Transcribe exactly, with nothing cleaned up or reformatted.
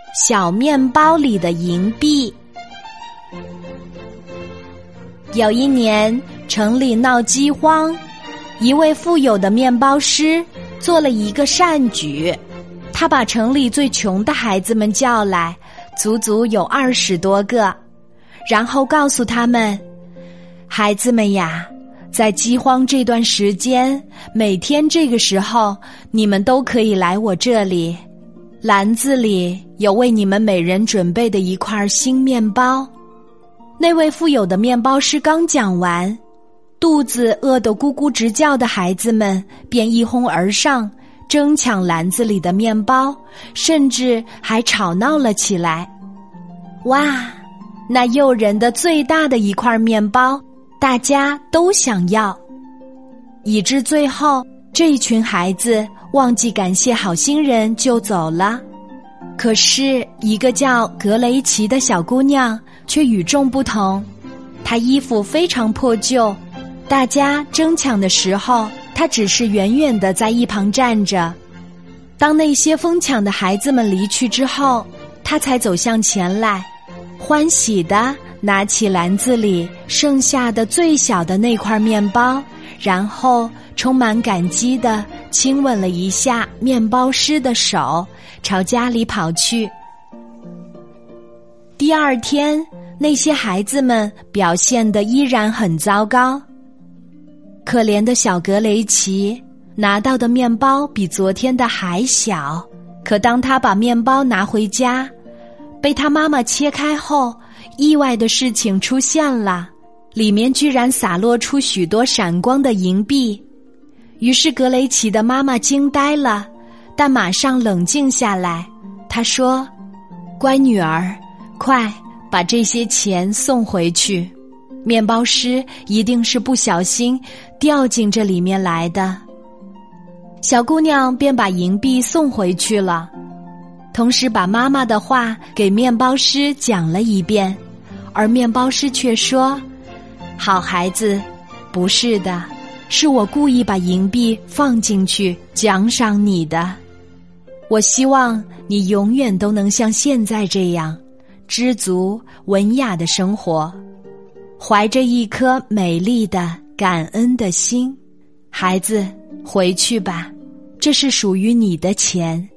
小面包里的银币。有一年，城里闹饥荒，一位富有的面包师做了一个善举，他把城里最穷的孩子们叫来，足足有二十多个，然后告诉他们：孩子们呀，在饥荒这段时间，每天这个时候，你们都可以来我这里，篮子里有为你们每人准备的一块新面包。那位富有的面包师刚讲完，肚子饿得咕咕直叫的孩子们便一哄而上，争抢篮子里的面包，甚至还吵闹了起来。哇，那诱人的最大的一块面包，大家都想要，以致最后这一群孩子忘记感谢好心人就走了。可是一个叫格雷奇的小姑娘却与众不同，她衣服非常破旧，大家争抢的时候，她只是远远地在一旁站着。当那些疯抢的孩子们离去之后，她才走向前来，欢喜地拿起篮子里剩下的最小的那块面包，然后充满感激地亲吻了一下面包师的手，朝家里跑去。第二天，那些孩子们表现得依然很糟糕。可怜的小格雷奇拿到的面包比昨天的还小，可当他把面包拿回家，被他妈妈切开后，意外的事情出现了，里面居然洒落出许多闪光的银币。于是格雷奇的妈妈惊呆了，但马上冷静下来。她说：乖女儿，快把这些钱送回去，面包师一定是不小心掉进这里面来的。小姑娘便把银币送回去了，同时把妈妈的话给面包师讲了一遍，而面包师却说：好孩子，不是的，是我故意把银币放进去奖赏你的。我希望你永远都能像现在这样知足文雅的生活，怀着一颗美丽的感恩的心。孩子，回去吧，这是属于你的钱。